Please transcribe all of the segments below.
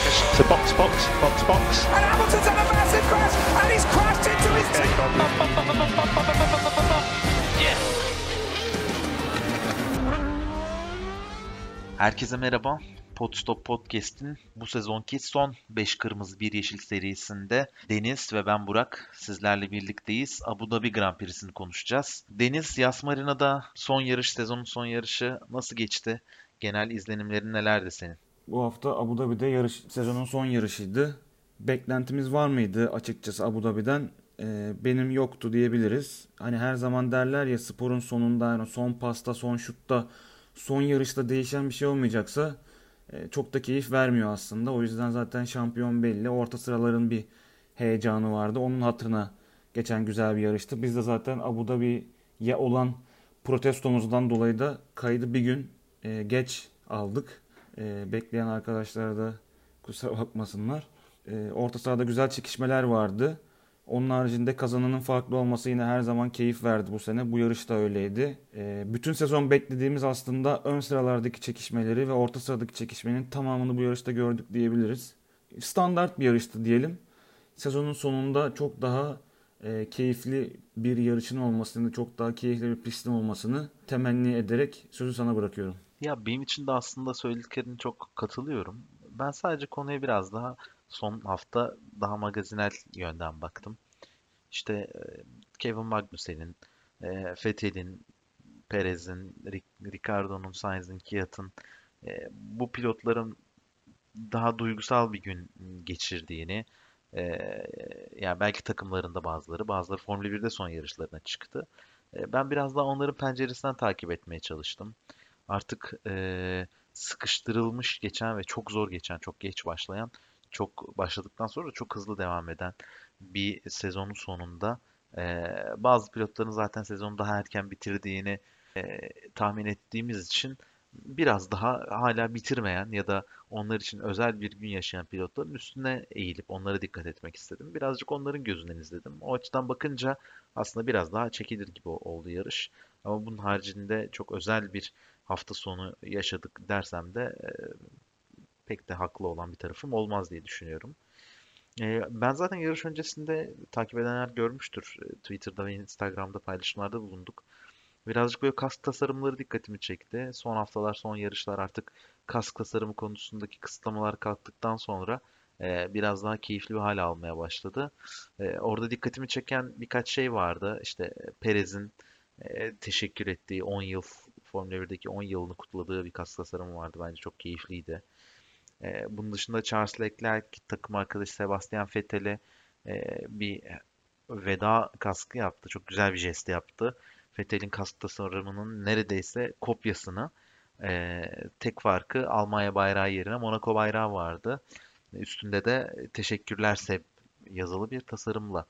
to box. And Hamilton's had a massive crash, and he's crashed into his team. Herkese merhaba. Podstop Podcast'in bu sezonki son 5 Kırmızı 1 Yeşil serisinde Deniz ve ben Burak sizlerle birlikteyiz. Abu Dhabi Grand Prix'sini konuşacağız. Deniz, Yas Marina'da son yarış, sezonun son yarışı nasıl geçti? Genel izlenimlerin nelerdi senin? Bu hafta Abu Dhabi'de sezonun son yarışıydı. Beklentimiz var mıydı açıkçası Abu Dhabi'den? Benim yoktu diyebiliriz. Hani her zaman derler ya, sporun sonunda, yani son pasta, son şutta, son yarışta değişen bir şey olmayacaksa çok da keyif vermiyor aslında. O yüzden zaten şampiyon belli. Orta sıraların bir heyecanı vardı. Onun hatırına geçen güzel bir yarıştı. Biz de zaten Abu Dhabi'ye olan protestomuzdan dolayı da kaydı bir gün geç aldık. Bekleyen arkadaşlar da kusura bakmasınlar. Orta sahada güzel çekişmeler vardı. Onun haricinde kazananın farklı olması yine her zaman keyif verdi bu sene. Bu yarış da öyleydi. Bütün sezon beklediğimiz aslında ön sıralardaki çekişmeleri ve orta sıradaki çekişmenin tamamını bu yarışta gördük diyebiliriz. Standart bir yarıştı diyelim. Sezonun sonunda çok daha keyifli bir yarışın olmasını, çok daha keyifli bir pistin olmasını temenni ederek sözü sana bırakıyorum. Ya benim için de aslında söylediklerine çok katılıyorum. Ben sadece konuya biraz daha son hafta daha magazinel yönden baktım. İşte Kevin Magnussen'in, Vettel'in, Perez'in, Ricardo'nun, Sainz'in, Kvyat'ın bu pilotların daha duygusal bir gün geçirdiğini, e, yani belki takımlarında bazıları Formula 1'de son yarışlarına çıktı. Ben biraz daha onların penceresinden takip etmeye çalıştım. Artık sıkıştırılmış geçen ve çok zor geçen, çok geç başlayan, çok başladıktan sonra da çok hızlı devam eden bir sezonun sonunda bazı pilotların zaten sezonu daha erken bitirdiğini tahmin ettiğimiz için biraz daha hala bitirmeyen ya da onlar için özel bir gün yaşayan pilotların üstüne eğilip onlara dikkat etmek istedim. Birazcık onların gözünden izledim. O açıdan bakınca aslında biraz daha çekilir gibi oldu yarış. Ama bunun haricinde çok özel bir hafta sonu yaşadık dersem de pek de haklı olan bir tarafım olmaz diye düşünüyorum. Ben zaten yarış öncesinde takip edenler görmüştür. Twitter'da ve Instagram'da paylaşımlarda bulunduk. Birazcık böyle kask tasarımları dikkatimi çekti. Son haftalar, son yarışlar artık kask tasarımı konusundaki kısıtlamalar kalktıktan sonra biraz daha keyifli bir hal almaya başladı. Orada dikkatimi çeken birkaç şey vardı. İşte Perez'in teşekkür ettiği 10 yıl, Formula 1'deki 10 yılını kutladığı bir kask tasarımı vardı. Bence çok keyifliydi. Bunun dışında Charles Leclerc takım arkadaşı Sebastian Vettel'e bir veda kaskı yaptı. Çok güzel bir jest yaptı. Vettel'in kask tasarımının neredeyse kopyasını, tek farkı Almanya bayrağı yerine Monaco bayrağı vardı. Üstünde de teşekkürler Seb yazılı bir tasarımla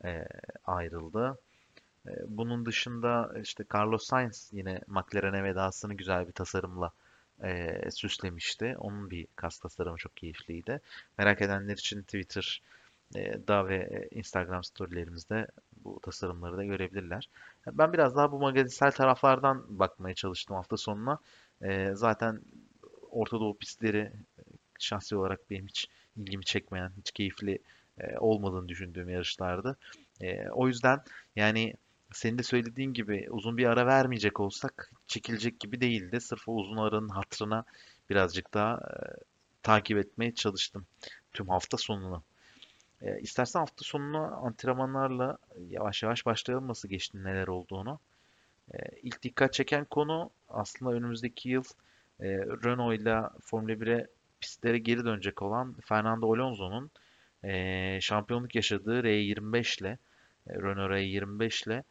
ayrıldı. Bunun dışında işte Carlos Sainz yine McLaren'e vedasını güzel bir tasarımla süslemişti. Onun bir kask tasarımı çok keyifliydi. Merak edenler için Twitter'da ve Instagram storylerimizde bu tasarımları da görebilirler. Ben biraz daha bu magazinsel taraflardan bakmaya çalıştım hafta sonuna. Zaten Orta Doğu pistleri şahsi olarak benim hiç ilgimi çekmeyen, hiç keyifli olmadığını düşündüğüm yarışlardı. O yüzden yani senin de söylediğin gibi uzun bir ara vermeyecek olsak çekilecek gibi değildi. Sırf o uzun aranın hatırına birazcık daha takip etmeye çalıştım tüm hafta sonunu. İstersen hafta sonuna antrenmanlarla yavaş yavaş başlayalım, nasıl geçti, neler olduğunu. İlk dikkat çeken konu aslında önümüzdeki yıl Renault ile Formula 1'e pistlere geri dönecek olan Fernando Alonso'nun şampiyonluk yaşadığı R25 ile Renault R25 ile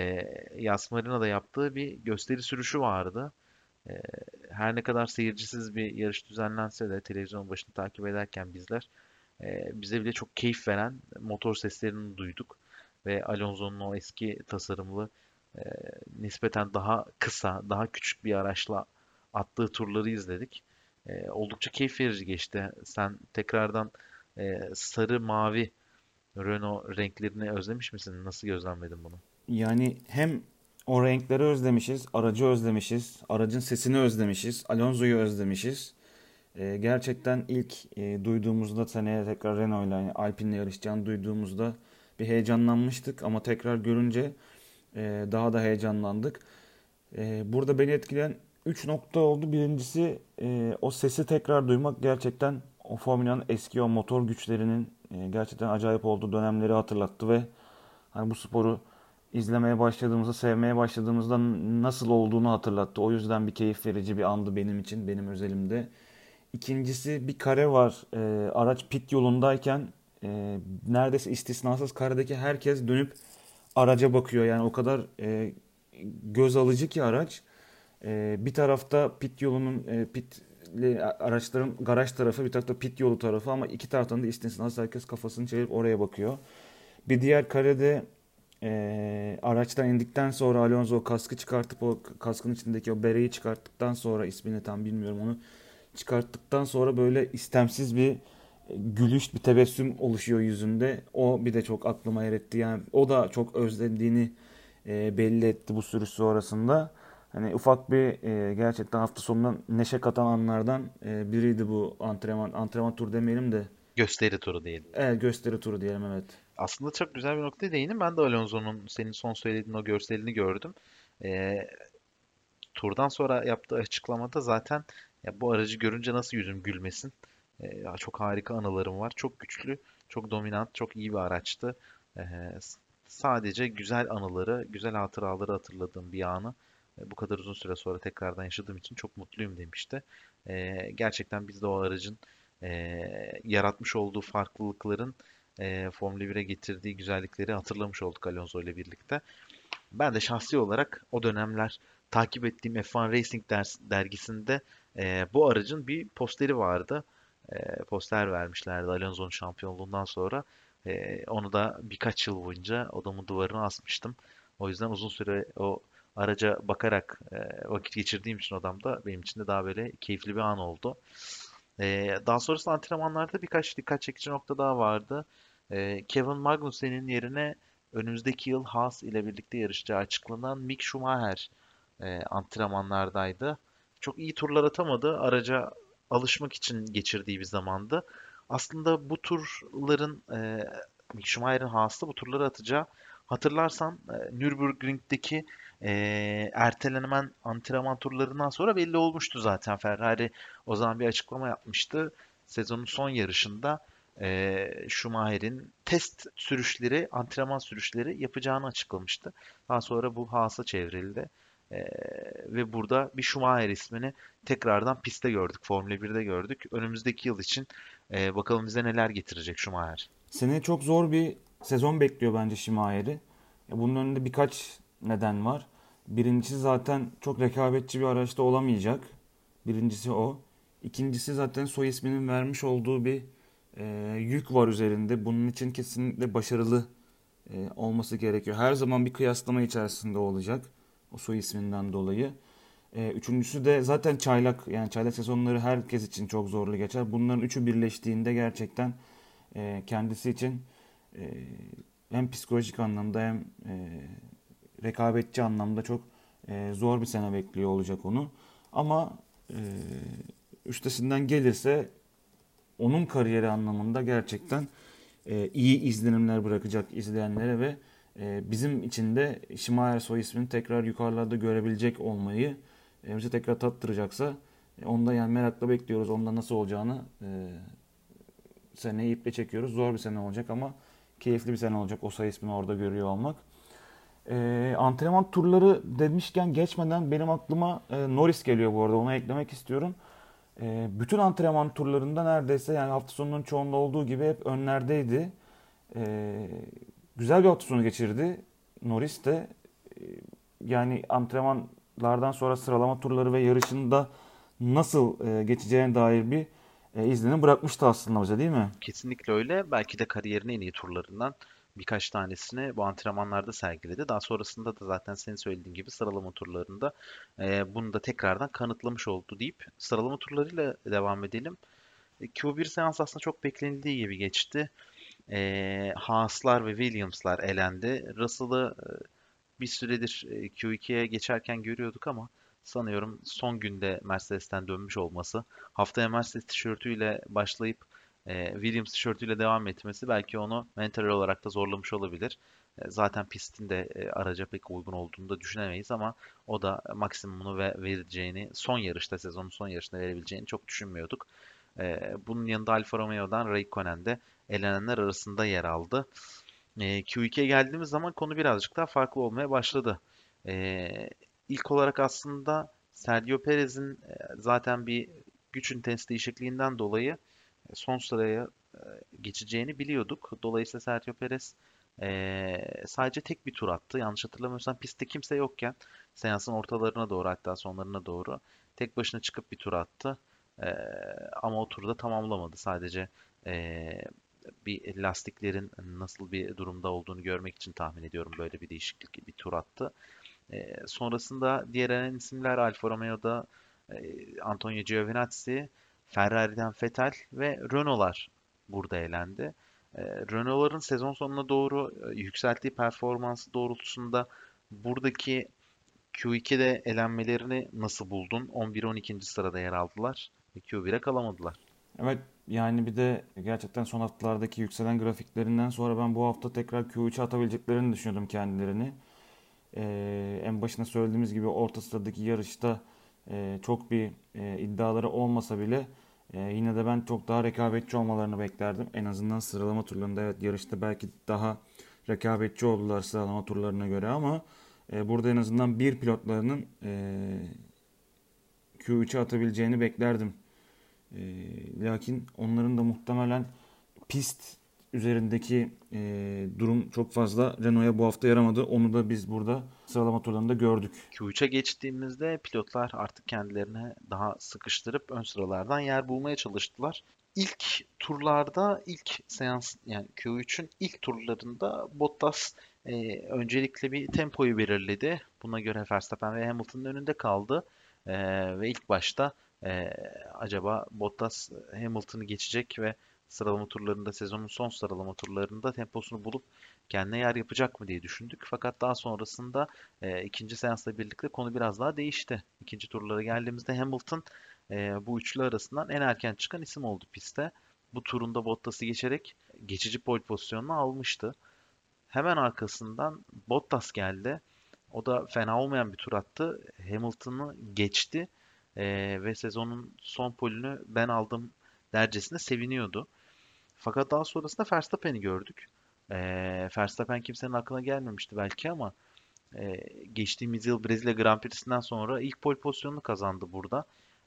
Yas Marina'da yaptığı bir gösteri sürüşü vardı. E, Her ne kadar seyircisiz bir yarış düzenlense de televizyon başında takip ederken bize bile çok keyif veren motor seslerini duyduk ve Alonso'nun o eski tasarımlı e, nispeten daha kısa, daha küçük bir araçla attığı turları izledik. Oldukça keyif verici geçti. Sen tekrardan sarı mavi Renault renklerini özlemiş misin? Nasıl gözlemledin bunu? Yani hem o renkleri özlemişiz, aracı özlemişiz, aracın sesini özlemişiz, Alonso'yu özlemişiz. Gerçekten ilk duyduğumuzda seneye tekrar Renault'la yani Alpine'le yarışacağını duyduğumuzda bir heyecanlanmıştık ama tekrar görünce daha da heyecanlandık. Burada beni etkileyen 3 nokta oldu. Birincisi o sesi tekrar duymak gerçekten o Formula'nın eski o motor güçlerinin gerçekten acayip olduğu dönemleri hatırlattı ve hani bu sporu izlemeye başladığımızda, sevmeye başladığımızda nasıl olduğunu hatırlattı. O yüzden bir keyif verici bir andı benim için, benim özelimde. İkincisi bir kare var. Araç pit yolundayken neredeyse istisnasız karedeki herkes dönüp araca bakıyor. Yani o kadar göz alıcı ki araç. Bir tarafta pit yolunun araçların garaj tarafı, bir tarafta pit yolu tarafı ama iki taraftan da istisnasız herkes kafasını çevirip oraya bakıyor. Bir diğer karede araçtan indikten sonra Alonso kaskı çıkartıp o kaskın içindeki o bereyi çıkarttıktan sonra ismini tam bilmiyorum onu çıkarttıktan sonra böyle istemsiz bir gülüş, bir tebessüm oluşuyor yüzünde. O bir de çok aklıma yer etti. Yani o da çok özlediğini belli etti bu sürüş sonrasında. Hani ufak bir gerçekten hafta sonundan neşe katan anlardan biriydi bu antrenman turu demeyelim de Gösteri turu diyelim. gösteri turu diyelim, evet. Aslında çok güzel bir noktaya değindim. Ben de Alonso'nun senin son söylediğin o görselini gördüm. Ee, Turdan sonra yaptığı açıklamada zaten ya bu aracı görünce nasıl yüzüm gülmesin. Ya çok harika anılarım var. Çok güçlü, çok dominant, çok iyi bir araçtı. Ee, Sadece güzel anıları, güzel hatıraları hatırladığım bir anı bu kadar uzun süre sonra tekrardan yaşadığım için çok mutluyum demişti. Gerçekten biz de o aracın yaratmış olduğu farklılıkların Formula 1'e getirdiği güzellikleri hatırlamış olduk Alonso ile birlikte. Ben de şahsi olarak o dönemler takip ettiğim F1 Racing dergisinde bu aracın bir posteri vardı. Poster vermişlerdi Alonso'nun şampiyonluğundan sonra. Onu da birkaç yıl boyunca odamın duvarına asmıştım. O yüzden uzun süre o araca bakarak vakit geçirdiğim için odamda benim için de daha böyle keyifli bir an oldu. Daha sonrasında antrenmanlarda birkaç dikkat çekici nokta daha vardı. Kevin Magnussen'in yerine önümüzdeki yıl Haas ile birlikte yarışacağı açıklanan Mick Schumacher antrenmanlardaydı. Çok iyi turlar atamadı. Araca alışmak için geçirdiği bir zamandı. Aslında bu turların Mick Schumacher'in Haas'ta bu turları atacağı hatırlarsan Nürburgring'deki ertelenen antrenman turlarından sonra belli olmuştu zaten. Ferrari o zaman bir açıklama yapmıştı. Sezonun son yarışında Schumacher'in test sürüşleri, antrenman sürüşleri yapacağını açıklamıştı. Daha sonra bu Haas'a çevrildi. Eee, Ve burada bir Schumacher ismini tekrardan pistte gördük, Formula 1'de gördük. Önümüzdeki yıl için bakalım bize neler getirecek Schumacher. Seni çok zor bir sezon bekliyor bence Şimayer'i. Bunun önünde birkaç neden var. Birincisi zaten çok rekabetçi bir araçta olamayacak. Birincisi o. İkincisi zaten soy isminin vermiş olduğu bir yük var üzerinde. Bunun için kesinlikle başarılı olması gerekiyor. Her zaman bir kıyaslama içerisinde olacak. O soy isminden dolayı. Üçüncüsü de zaten çaylak. Yani çaylak sezonları herkes için çok zorlu geçer. Bunların üçü birleştiğinde gerçekten kendisi için e, hem psikolojik anlamda hem rekabetçi anlamda çok zor bir sene bekliyor olacak onu. Ama üstesinden gelirse onun kariyeri anlamında gerçekten iyi izlenimler bırakacak izleyenlere ve bizim için de Schumacher soy ismini tekrar yukarılarda görebilecek olmayı bize tekrar tattıracaksa onu da yani merakla bekliyoruz. Onda nasıl olacağını seneyi iple çekiyoruz. Zor bir sene olacak ama keyifli bir sene olacak o soy ismini orada görüyor olmak. Antrenman turları demişken geçmeden benim aklıma Norris geliyor bu arada. Onu eklemek istiyorum. Bütün antrenman turlarında neredeyse yani hafta sonunun çoğunda olduğu gibi hep önlerdeydi. Güzel bir hafta sonu geçirdi Norris de. Yani antrenmanlardan sonra sıralama turları ve yarışında nasıl geçeceğine dair bir izlenim bırakmıştı aslında bize, değil mi? Kesinlikle öyle. Belki de kariyerinin en iyi turlarından birkaç tanesini bu antrenmanlarda sergiledi. Daha sonrasında da zaten senin söylediğin gibi sıralama turlarında bunu da tekrardan kanıtlamış oldu deyip sıralama turlarıyla devam edelim. Q1 seans aslında çok beklenildiği gibi geçti. Haas'lar ve Williams'lar elendi. Russell'ı bir süredir Q2'ye geçerken görüyorduk ama sanıyorum son günde Mercedes'ten dönmüş olması, haftaya Mercedes tişörtüyle başlayıp Williams tişörtüyle devam etmesi belki onu mental olarak da zorlamış olabilir. Zaten pistin de araca pek uygun olduğunu da düşünemeyiz ama o da maksimumunu vereceğini, son yarışta, sezonun son yarışında verebileceğini çok düşünmüyorduk. Bunun yanında Alfa Romeo'dan Raikkonen de elenenler arasında yer aldı. Q2'ye geldiğimiz zaman konu birazcık daha farklı olmaya başladı. E, ilk olarak aslında Sergio Perez'in zaten bir güç ünitesi değişikliğinden dolayı son sıraya geçeceğini biliyorduk. Dolayısıyla Sergio Perez sadece tek bir tur attı. Yanlış hatırlamıyorsam pistte kimse yokken seansın ortalarına doğru, hatta sonlarına doğru tek başına çıkıp bir tur attı. Eee, ama o turda tamamlamadı. Sadece eee, bir lastiklerin nasıl bir durumda olduğunu görmek için tahmin ediyorum böyle bir değişiklik bir tur attı. Sonrasında diğer elen isimler Alfa Romeo'da Antonio Giovinazzi, Ferrari'den Vettel ve Renault'lar burada elendi. Renault'ların sezon sonuna doğru yükselttiği performansı doğrultusunda buradaki Q2'de elenmelerini nasıl buldun? 11-12. sırada yer aldılar ve Q1'e kalamadılar. Evet, yani bir de gerçekten son haftalardaki yükselen grafiklerinden sonra ben bu hafta tekrar Q3'e atabileceklerini düşünüyordum kendilerini. En başında söylediğimiz gibi orta sıradaki yarışta çok bir iddiaları olmasa bile yine de ben çok daha rekabetçi olmalarını beklerdim. En azından sıralama turlarında, evet, yarışta belki daha rekabetçi oldular sıralama turlarına göre ama burada en azından bir pilotlarının Q3'e atabileceğini beklerdim. Lakin onların da muhtemelen pist üzerindeki durum çok fazla Renault'a bu hafta yaramadı. Onu da biz burada sıralama turlarında gördük. Q3'e geçtiğimizde pilotlar artık kendilerini daha sıkıştırıp ön sıralardan yer bulmaya çalıştılar. İlk turlarda, ilk seans yani Q3'ün ilk turlarında Bottas öncelikle bir tempoyu belirledi. Buna göre Verstappen ve Hamilton'ın önünde kaldı. E, ve ilk başta e, acaba Bottas Hamilton'ı geçecek ve sıralama turlarında, sezonun son sıralama turlarında temposunu bulup kendine yer yapacak mı diye düşündük. Fakat daha sonrasında ikinci seansla birlikte konu biraz daha değişti. İkinci turlara geldiğimizde Hamilton bu üçlü arasından en erken çıkan isim oldu pistte. Bu turunda Bottas'ı geçerek geçici pole pozisyonunu almıştı. Hemen arkasından Bottas geldi. O da fena olmayan bir tur attı. Hamilton'ı geçti ve sezonun son polünü ben aldım dercesine seviniyordu. Fakat daha sonrasında Verstappen'i gördük. Verstappen kimsenin aklına gelmemişti belki ama geçtiğimiz yıl Brezilya Grand Prix'sinden sonra ilk pole pozisyonunu kazandı burada.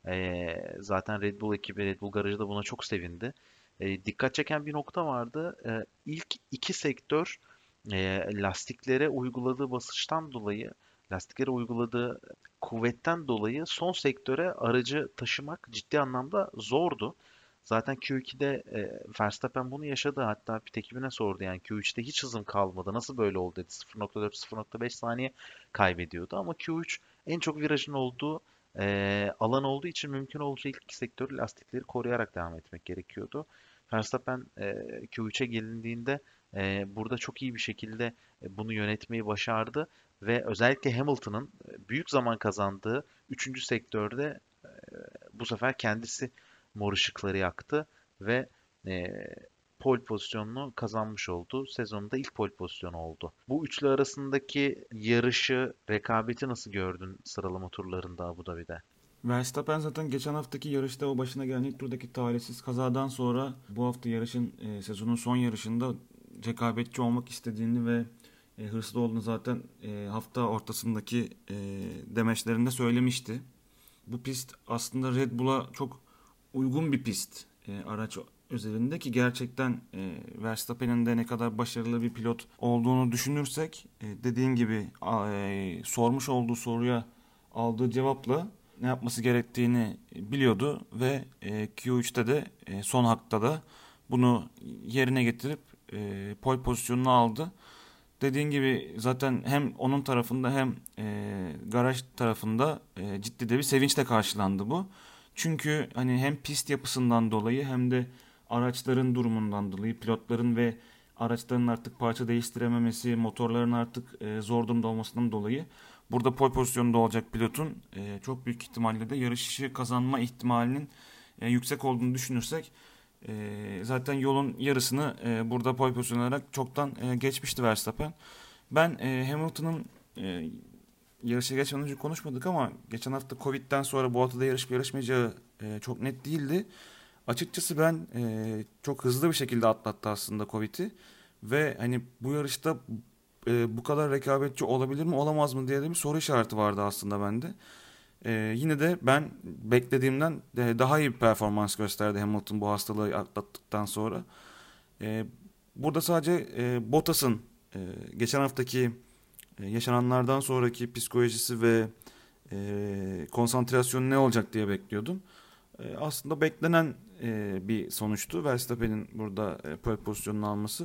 Zaten Red Bull ekibi, Red Bull garajı da buna çok sevindi. Dikkat çeken bir nokta vardı. İlk iki sektör lastiklere uyguladığı basınçtan dolayı, lastiklere uyguladığı kuvvetten dolayı son sektöre aracı taşımak ciddi anlamda zordu. Zaten Q2'de Verstappen bunu yaşadı. Hatta pit ekibine sordu, yani Q3'te hiç hızım kalmadı, nasıl böyle oldu dedi. 0.4 0.5 saniye kaybediyordu ama Q3 en çok virajın olduğu alan olduğu için mümkün olduğu ilk iki sektörü lastikleri koruyarak devam etmek gerekiyordu. Verstappen Q3'e gelindiğinde burada çok iyi bir şekilde bunu yönetmeyi başardı ve özellikle Hamilton'ın büyük zaman kazandığı üçüncü sektörde bu sefer kendisi mor ışıkları yaktı ve e, pole pozisyonunu kazanmış oldu. Sezonunda ilk pole pozisyonu oldu. Bu üçlü arasındaki yarışı, rekabeti nasıl gördün sıralama turlarında Abu Dhabi'de? Verstappen zaten geçen haftaki yarışta o başına gelen ilk turdaki talihsiz kazadan sonra bu hafta yarışın sezonun son yarışında rekabetçi olmak istediğini ve hırslı olduğunu zaten hafta ortasındaki demeçlerinde söylemişti. Bu pist aslında Red Bull'a çok uygun bir pist araç özelinde ki gerçekten Verstappen'in de ne kadar başarılı bir pilot olduğunu düşünürsek dediğin gibi sormuş olduğu soruya aldığı cevapla ne yapması gerektiğini biliyordu ve Q3'te de son hakta da bunu yerine getirip pole pozisyonunu aldı. Dediğin gibi zaten hem onun tarafında hem garaj tarafında ciddi de bir sevinçle karşılandı bu. Çünkü hani hem pist yapısından dolayı hem de araçların durumundan dolayı pilotların ve araçların artık parça değiştirememesi, motorların artık zor durumda olmasından dolayı burada pole pozisyonunda olacak pilotun çok büyük ihtimalle de yarışı kazanma ihtimalinin yüksek olduğunu düşünürsek zaten yolun yarısını burada pole pozisyon olarak çoktan geçmişti Verstappen. Ben Hamilton'ın yarışa geçmeden önce konuşmadık ama geçen hafta Covid'den sonra bu haftada yarışıp yarışmayacağı çok net değildi. Açıkçası ben çok hızlı bir şekilde atlattı aslında Covid'i ve hani bu yarışta bu kadar rekabetçi olabilir mi olamaz mı diye de bir soru işareti vardı aslında bende. Yine de ben beklediğimden daha iyi bir performans gösterdi Hamilton bu hastalığı atlattıktan sonra. Burada sadece Bottas'ın geçen haftaki yaşananlardan sonraki psikolojisi ve konsantrasyonu ne olacak diye bekliyordum. Aslında beklenen bir sonuçtu Verstappen'in burada pole pozisyonunu alması.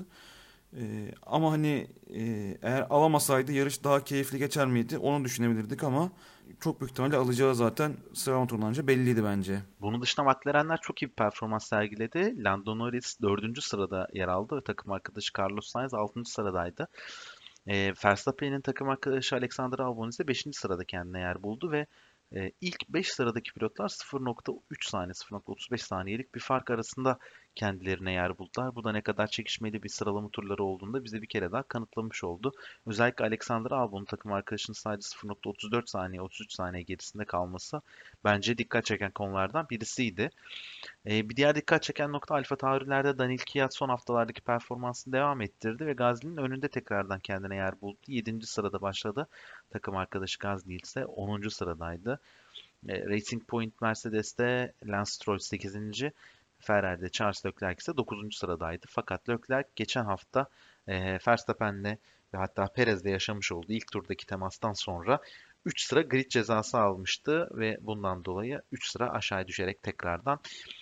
Ama hani eğer alamasaydı yarış daha keyifli geçer miydi onu düşünebilirdik ama çok büyük ihtimalle alacağı zaten sıralama turlarınca belliydi bence. Bunun dışında McLaren'ler çok iyi bir performans sergiledi. Lando Norris 4. sırada yer aldı ve takım arkadaşı Carlos Sainz 6. sıradaydı. Verstappen'in takım arkadaşı Alexander Albon ise 5. sırada kendine yer buldu ve ilk 5 sıradaki pilotlar 0.3 saniye, 0.35 saniyelik bir fark arasında kendilerine yer buldular. Bu da ne kadar çekişmeli bir sıralama turları olduğunda bize bir kere daha kanıtlamış oldu. Özellikle Alexander Albon'un takım arkadaşının sadece 0.34 saniye, 33 saniye gerisinde kalması bence dikkat çeken konulardan birisiydi. Bir diğer dikkat çeken nokta AlphaTauri'lerde Daniil Kvyat son haftalardaki performansını devam ettirdi ve Gasly'nin önünde tekrardan kendine yer buldu. 7. sırada başladı. Takım arkadaşı Gasly ise 10. sıradaydı. Racing Point Mercedes'te Lance Stroll 8. Ferrari'de Charles Leclerc ise 9. sıradaydı. Fakat Leclerc geçen hafta Verstappen'le ve hatta Perez'le yaşamış olduğu ilk turdaki temastan sonra 3 sıra grid cezası almıştı ve bundan dolayı 3 sıra aşağı düşerek tekrardan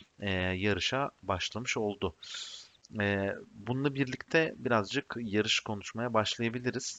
yarışa başlamış oldu. Bununla birlikte birazcık yarış konuşmaya başlayabiliriz.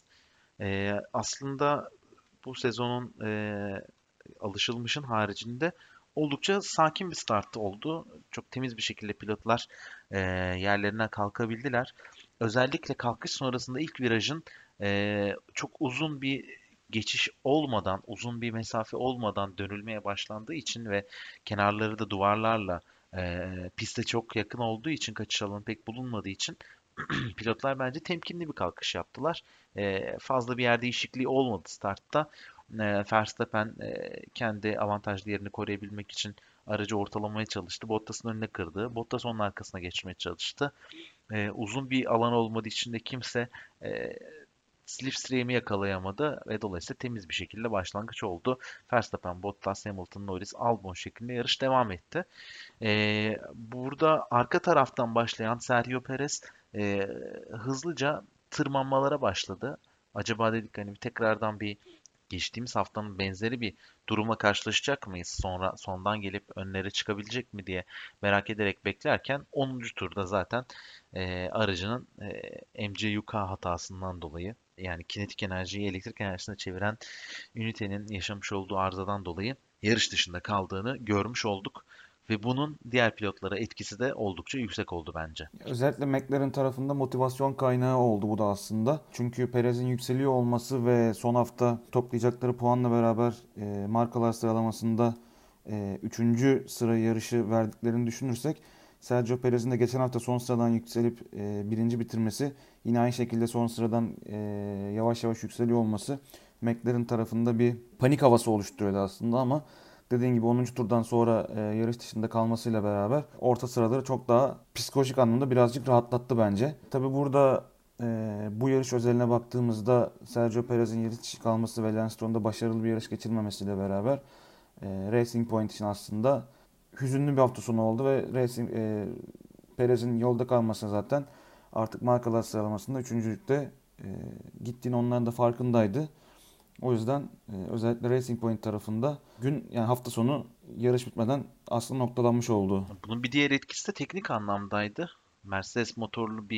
Aslında bu sezonun alışılmışın haricinde oldukça sakin bir start oldu. Çok temiz bir şekilde pilotlar yerlerine kalkabildiler. Özellikle kalkış sonrasında ilk virajın çok uzun bir geçiş olmadan, uzun bir mesafe olmadan dönülmeye başlandığı için ve kenarları da duvarlarla piste çok yakın olduğu için kaçış alanı pek bulunmadığı için pilotlar bence temkinli bir kalkış yaptılar. Fazla bir yer değişikliği olmadı startta. Verstappen kendi avantajlı yerini koruyabilmek için aracı ortalamaya çalıştı. Bottas'ın önüne kırdı. Bottas onun arkasına geçmeye çalıştı. Uzun bir alan olmadığı için de kimse slipstream'i yakalayamadı ve dolayısıyla temiz bir şekilde başlangıç oldu. Verstappen, Bottas, Hamilton, Norris, Albon şeklinde yarış devam etti. Burada arka taraftan başlayan Sergio Perez hızlıca tırmanmalara başladı. Acaba dedik hani tekrardan bir geçtiğimiz haftanın benzeri bir duruma karşılaşacak mıyız? Sonra sondan gelip önlere çıkabilecek mi diye merak ederek beklerken 10. turda zaten aracının MCUK hatasından dolayı yani kinetik enerjiyi elektrik enerjisine çeviren ünitenin yaşamış olduğu arızadan dolayı yarış dışında kaldığını görmüş olduk. Ve bunun diğer pilotlara etkisi de oldukça yüksek oldu bence. Özellikle McLaren tarafında motivasyon kaynağı oldu bu da aslında. Çünkü Perez'in yükseliyor olması ve son hafta toplayacakları puanla beraber markalar sıralamasında 3. sıra yarışı verdiklerini düşünürsek Sergio Perez'in de geçen hafta son sıradan yükselip birinci bitirmesi yine aynı şekilde son sıradan yavaş yavaş yükseliyor olması McLaren tarafında bir panik havası oluşturuyordu aslında ama dediğim gibi 10. turdan sonra yarış dışında kalmasıyla beraber orta sıraları çok daha psikolojik anlamda birazcık rahatlattı bence. Tabi burada bu yarış özeline baktığımızda Sergio Perez'in yarış dışı kalması ve Lance Stroll'un da başarılı bir yarış geçirmemesiyle beraber Racing Point için aslında hüzünlü bir hafta sonu oldu ve Perez'in yolda kalması zaten artık markalar sıralamasında 3.lükte gittiğini onların da farkındaydı. O yüzden özellikle Racing Point tarafında yani hafta sonu yarış bitmeden aslında noktalanmış oldu. Bunun bir diğer etkisi de teknik anlamdaydı. Mercedes motorlu bir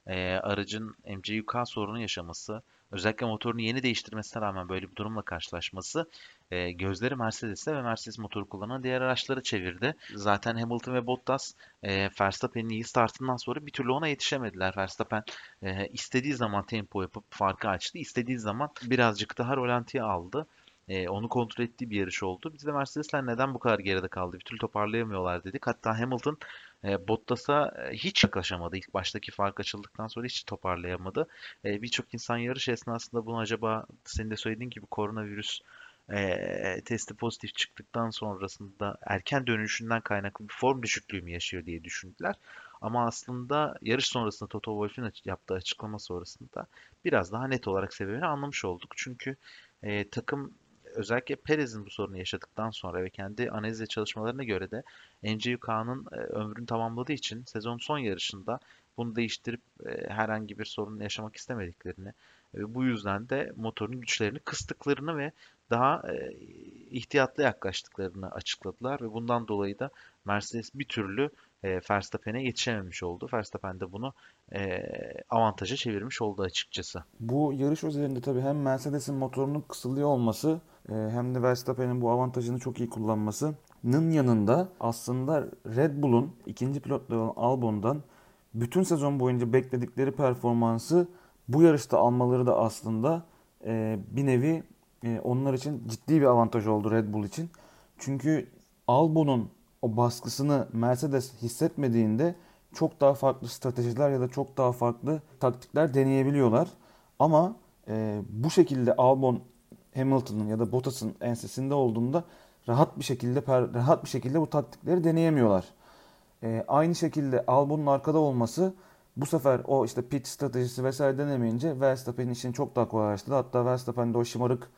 aracın MCUK sorunu yaşaması, özellikle motorunu yeni değiştirmesine rağmen böyle bir durumla karşılaşması gözleri Mercedes'e ve Mercedes motoru kullanan diğer araçlara çevirdi. Zaten Hamilton ve Bottas Verstappen'in iyi startından sonra bir türlü ona yetişemediler. Verstappen istediği zaman tempo yapıp farkı açtı. İstediği zaman birazcık daha rolantiye aldı. Onu kontrol ettiği bir yarış oldu. Biz de Mercedesler neden bu kadar geride kaldı? Bir türlü toparlayamıyorlar dedik. Hatta Hamilton Bottas'a hiç yaklaşamadı. İlk baştaki fark açıldıktan sonra hiç toparlayamadı. Birçok insan yarış esnasında bunu acaba senin de söylediğin gibi koronavirüs testi pozitif çıktıktan sonrasında erken dönüşünden kaynaklı bir form düşüklüğü mü yaşıyor diye düşündüler. Ama aslında yarış sonrasında Toto Wolff'ün yaptığı açıklama sonrasında biraz daha net olarak sebebini anlamış olduk. Çünkü takım özellikle Perez'in bu sorunu yaşadıktan sonra ve kendi analiz ve çalışmalarına göre de MCUK'nın ömrünü tamamladığı için sezon son yarışında bunu değiştirip herhangi bir sorun yaşamak istemediklerini ve bu yüzden de motorun güçlerini kıstıklarını ve daha ihtiyatlı yaklaştıklarını açıkladılar ve bundan dolayı da Mercedes bir türlü Verstappen'e yetişememiş oldu. Verstappen de bunu avantaja çevirmiş oldu açıkçası. Bu yarış özelinde tabii hem Mercedes'in motorunun kısılıyor olması hem de Verstappen'in bu avantajını çok iyi kullanmasının yanında aslında Red Bull'un ikinci pilotları olan Albon'dan bütün sezon boyunca bekledikleri performansı bu yarışta almaları da aslında bir nevi onlar için ciddi bir avantaj oldu Red Bull için. Çünkü Albon'un o baskısını Mercedes hissetmediğinde çok daha farklı stratejiler ya da çok daha farklı taktikler deneyebiliyorlar. Ama bu şekilde Albon Hamilton'ın ya da Bottas'ın ensesinde olduğunda rahat bir şekilde bu taktikleri deneyemiyorlar. Aynı şekilde Albon'un arkada olması bu sefer o işte pit stratejisi vesaire denemeyince Verstappen'in işini çok daha kolaylaştırdı. Hatta Verstappen de o şımarık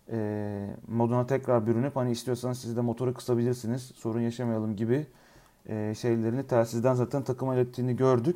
moduna tekrar bürünüp hani istiyorsanız siz de motoru kısabilirsiniz, sorun yaşamayalım gibi şeylerini telsizden zaten takıma ilettiğini gördük.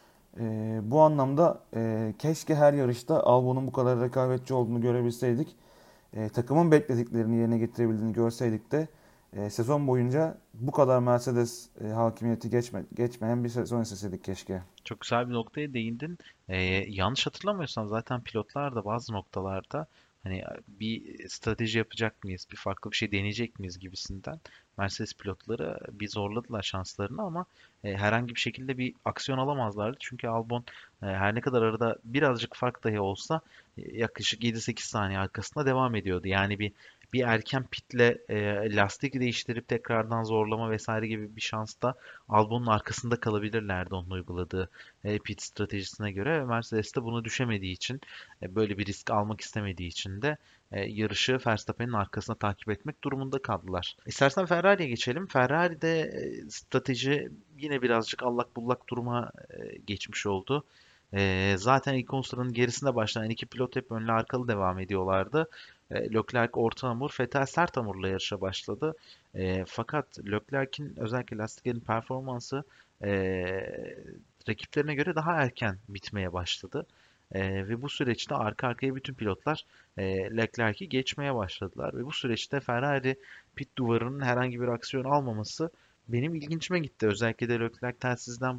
Bu anlamda keşke her yarışta Albon'un bu kadar rekabetçi olduğunu görebilseydik. Takımın beklediklerini yerine getirebildiğini görseydik de sezon boyunca bu kadar Mercedes hakimiyeti geçmeyen bir sezon izleseydik keşke. Çok güzel bir noktaya değindin. Yanlış hatırlamıyorsam zaten pilotlar da bazı noktalarda hani bir strateji yapacak mıyız, bir farklı bir şey deneyecek miyiz gibisinden Mercedes pilotları bir zorladılar şanslarını ama herhangi bir şekilde bir aksiyon alamazlardı. Çünkü Albon her ne kadar arada birazcık fark dahi olsa yaklaşık 7-8 saniye arkasında devam ediyordu. Yani bir erken pitle lastik değiştirip tekrardan zorlama vesaire gibi bir şans da Albon'un arkasında kalabilirlerdi onun uyguladığı pit stratejisine göre. Mercedes de buna düşemediği için böyle bir risk almak istemediği için de yarışı Verstappen'in arkasına takip etmek durumunda kaldılar. İstersen Ferrari'ye geçelim. Ferrari'de strateji yine birazcık allak bullak duruma geçmiş oldu. Zaten ilk 10 sıranın gerisinde başlayan iki pilot hep önlü arkalı devam ediyorlardı. Leclerc orta hamur, Vettel sert hamurla yarışa başladı. Fakat Leclerc'in özellikle lastiklerin performansı e, rakiplerine göre daha erken bitmeye başladı. Ve bu süreçte arka arkaya bütün pilotlar Leclerc'i geçmeye başladılar. Ve bu süreçte Ferrari pit duvarının herhangi bir aksiyon almaması benim ilgincime gitti. Özellikle de Leclerc telsizden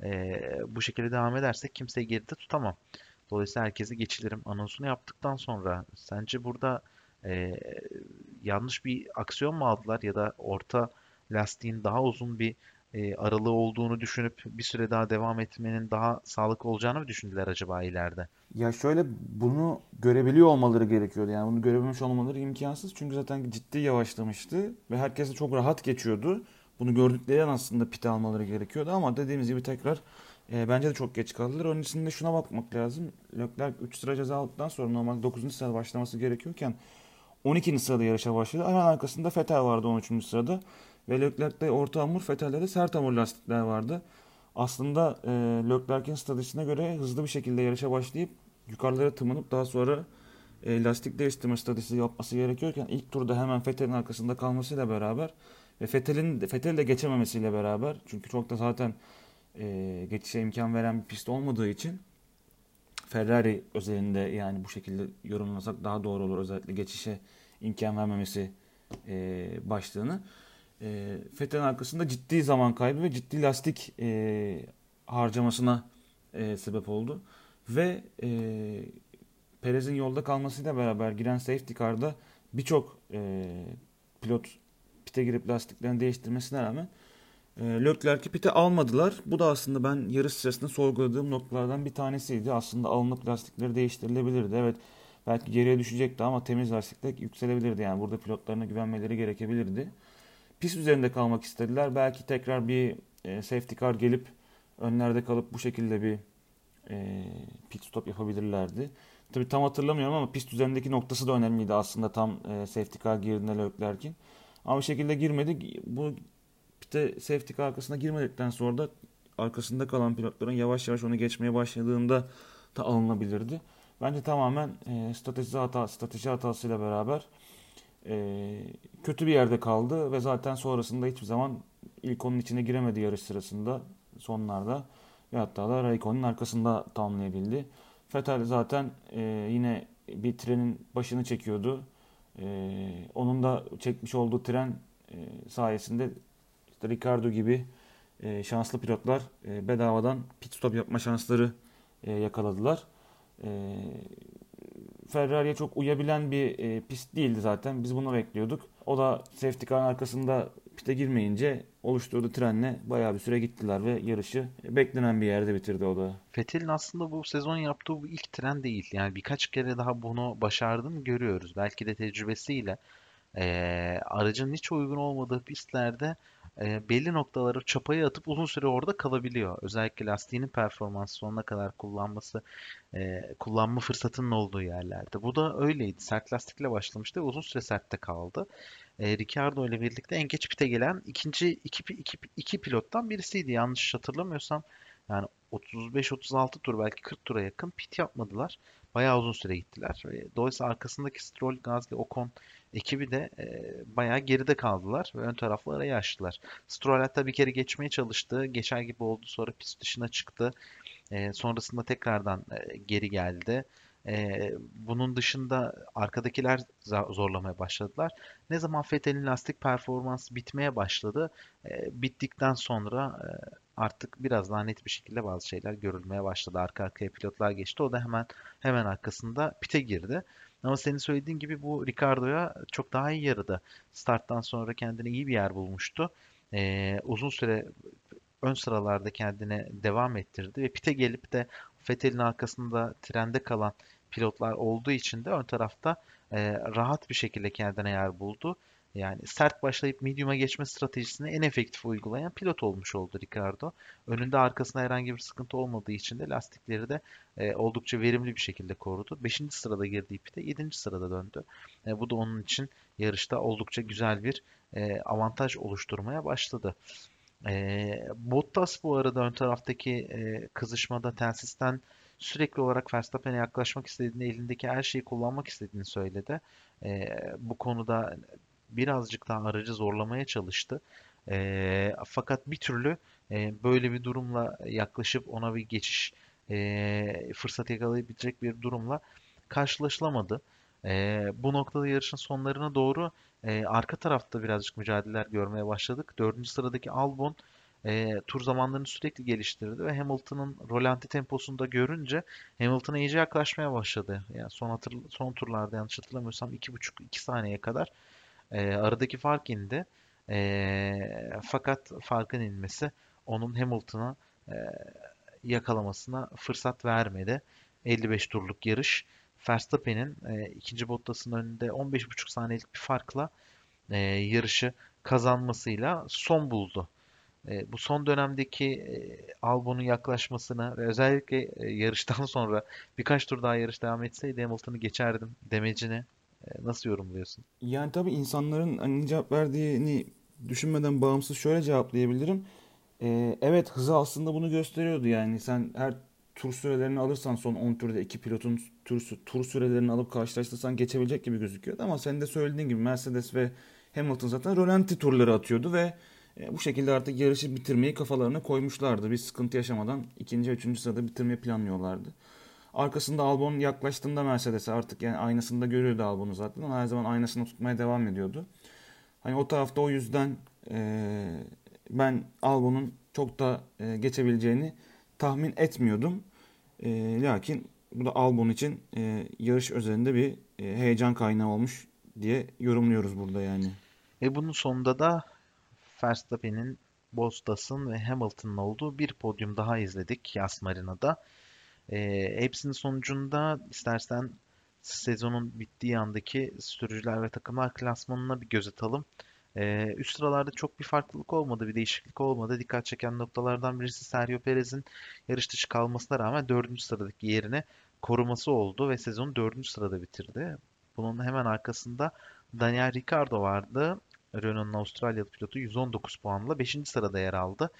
bu şekilde devam edersek kimseyi geride tutamam. Dolayısıyla herkesi geçilirim anonsunu yaptıktan sonra sence burada e, yanlış bir aksiyon mu aldılar ya da orta lastiğin daha uzun bir aralığı olduğunu düşünüp bir süre daha devam etmenin daha sağlıklı olacağını mı düşündüler acaba ileride? Ya şöyle bunu görebiliyor olmaları gerekiyordu. Yani bunu görebilmiş olmaları imkansız. Çünkü zaten ciddi yavaşlamıştı ve herkese çok rahat geçiyordu. Bunu gördükleri an aslında pit almaları gerekiyordu ama dediğimiz gibi tekrar bence de çok geç kaldılar. Onun için de şuna bakmak lazım. Leclerc 3 sıra ceza aldıktan sonra normal 9. sırada başlaması gerekiyorken 12. sırada yarışa başladı. Hemen arkasında Vettel vardı 13. sırada. Ve Leclerc'te orta hamur, Vettel'de de sert hamur lastikler vardı. Aslında Leclerc'in stratejisine göre hızlı bir şekilde yarışa başlayıp yukarılara tırmanıp daha sonra lastik değiştirme stratejisi yapması gerekiyorken ilk turda hemen Vettel'in arkasında kalmasıyla beraber ve Vettel'i de geçememesiyle beraber çünkü çok da zaten geçişe imkan veren bir pist olmadığı için Ferrari özelinde yani bu şekilde yorumlasak daha doğru olur. Özellikle geçişe imkan vermemesi başlığını. Vettel'in arkasında ciddi zaman kaybı ve ciddi lastik harcamasına sebep oldu. Ve Perez'in yolda kalmasıyla beraber giren safety car'da birçok pilot pite girip lastiklerini değiştirmesine rağmen Leclerc'i pite almadılar. Bu da aslında ben yarış sırasında sorguladığım noktalardan bir tanesiydi. Aslında alınıp lastikleri değiştirilebilirdi. Evet, belki geriye düşecekti ama temiz lastikle yükselebilirdi. Yani burada pilotlarına güvenmeleri gerekebilirdi. Pist üzerinde kalmak istediler. Belki tekrar bir safety car gelip önlerde kalıp bu şekilde bir pit stop yapabilirlerdi. Tabii tam hatırlamıyorum ama pist üzerindeki noktası da önemliydi aslında, tam safety car girdiğinde Leclerc'in. Ama bir şekilde girmedi. Bu pite safety car arkasına girmedikten sonra da arkasında kalan pilotların yavaş yavaş onu geçmeye başladığında da alınabilirdi. Bence tamamen strateji hatasıyla beraber kötü bir yerde kaldı ve zaten sonrasında hiçbir zaman ilk onun içine giremedi yarış sırasında, sonlarda, ve hatta da Raikkonen'in arkasında tamamlayabildi. Vettel zaten yine bir trenin başını çekiyordu. Onun da çekmiş olduğu tren sayesinde işte Ricardo gibi şanslı pilotlar bedavadan pit stop yapma şansları yakaladılar. Ferrari'ye çok uyabilen bir pist değildi zaten. Biz bunu bekliyorduk. O da safety car'ın arkasında pite girmeyince oluşturduğu trenle bayağı bir süre gittiler ve yarışı beklenen bir yerde bitirdi o da. Vettel'in aslında bu sezon yaptığı bu ilk tren değil. Yani birkaç kere daha bunu başardığını görüyoruz. Belki de tecrübesiyle aracın hiç uygun olmadığı pistlerde belli noktaları çapayı atıp uzun süre orada kalabiliyor. Özellikle lastiğinin performansı sonuna kadar kullanma fırsatının olduğu yerlerde. Bu da öyleydi. Sert lastikle başlamıştı ve uzun süre sertte kaldı. Ricciardo ile birlikte en geç pite gelen iki pilottan birisiydi. Yanlış hatırlamıyorsam yani 35-36 tur, belki 40 tura yakın pit yapmadılar. Bayağı uzun süre gittiler. Dolayısıyla arkasındaki Stroll, Gasly, Ocon ekibi de bayağı geride kaldılar ve ön taraflı arayı açtılar. Stroll hatta bir kere geçmeye çalıştı. Geçer gibi oldu. Sonra pist dışına çıktı. Sonrasında tekrardan geri geldi. Bunun dışında arkadakiler zorlamaya başladılar. Ne zaman Vettel'in lastik performansı bitmeye başladı, bittikten sonra artık biraz daha net bir şekilde bazı şeyler görülmeye başladı. Arka arkaya pilotlar geçti. O da hemen arkasında pite girdi. Ama senin söylediğin gibi bu Ricardo'ya çok daha iyi yaradı. Starttan sonra kendine iyi bir yer bulmuştu. Uzun süre ön sıralarda kendine devam ettirdi ve pite gelip de Vettel'in arkasında trende kalan pilotlar olduğu için de ön tarafta rahat bir şekilde kendine yer buldu. Yani sert başlayıp medium'a geçme stratejisini en efektif uygulayan pilot olmuş oldu Ricardo. Önünde arkasında herhangi bir sıkıntı olmadığı için de lastikleri de oldukça verimli bir şekilde korudu. 5. sırada girdiği pite 7. sırada döndü. Bu da onun için yarışta oldukça güzel bir avantaj oluşturmaya başladı. Bottas bu arada ön taraftaki kızışmada telsizden sürekli olarak Verstappen'e yaklaşmak istediğini, elindeki her şeyi kullanmak istediğini söyledi. Bu konuda birazcık daha aracı zorlamaya çalıştı. Fakat bir türlü böyle bir durumla yaklaşıp ona bir geçiş fırsat yakalayabilecek bir durumla karşılaşılamadı. Bu noktada yarışın sonlarına doğru arka tarafta birazcık mücadeleler görmeye başladık. 4. sıradaki Albon tur zamanlarını sürekli geliştirdi ve Hamilton'ın rolanti temposunu da görünce Hamilton'a iyice yaklaşmaya başladı. Yani son turlarda yanlış hatırlamıyorsam 2,5-2 saniye kadar aradaki fark indi. Fakat farkın inmesi onun Hamilton'a e, yakalamasına fırsat vermedi. 55 turluk yarış. Verstappen'in ikinci Bottas'ın önünde 15,5 saniyelik bir farkla yarışı kazanmasıyla son buldu. Bu son dönemdeki Albon'un yaklaşmasına ve özellikle yarıştan sonra birkaç tur daha yarış devam etseydi Hamilton'ı geçerdim demecini nasıl yorumluyorsun? Yani tabii insanların hani cevap verdiğini düşünmeden bağımsız şöyle cevaplayabilirim. Evet, hızı aslında bunu gösteriyordu. Yani sen her tur sürelerini alırsan, son 10 turda iki pilotun tur sürelerini alıp karşılaştırsan geçebilecek gibi gözüküyordu. Ama senin de söylediğin gibi Mercedes ve Hamilton zaten rölanti turları atıyordu ve bu şekilde artık yarışı bitirmeyi kafalarına koymuşlardı. Bir sıkıntı yaşamadan ikinci ve üçüncü sırada bitirmeyi planlıyorlardı. Arkasında Albon yaklaştığında Mercedes'e artık, yani aynasında görüyordu Albon'u zaten ama her zaman aynasını tutmaya devam ediyordu. Hani o tarafta o yüzden ben Albon'un çok da geçebileceğini tahmin etmiyordum. Lakin bu da Albon için yarış özelinde bir heyecan kaynağı olmuş diye yorumluyoruz burada yani. Ve bunun sonunda da Verstappen'in, Bottas'ın ve Hamilton'ın olduğu bir podyum daha izledik Yas Marina'da. Hepsinin sonucunda istersen sezonun bittiği andaki sürücüler ve takımlar klasmanına bir göz atalım. Üst sıralarda çok bir farklılık olmadı, bir değişiklik olmadı. Dikkat çeken noktalardan birisi Sergio Perez'in yarış dışı kalmasına rağmen dördüncü sıradaki yerini koruması oldu ve sezonu dördüncü sırada bitirdi. Bunun hemen arkasında Daniel Ricciardo vardı. Renault'un Avustralyalı pilotu 119 puanla beşinci sırada yer aldı.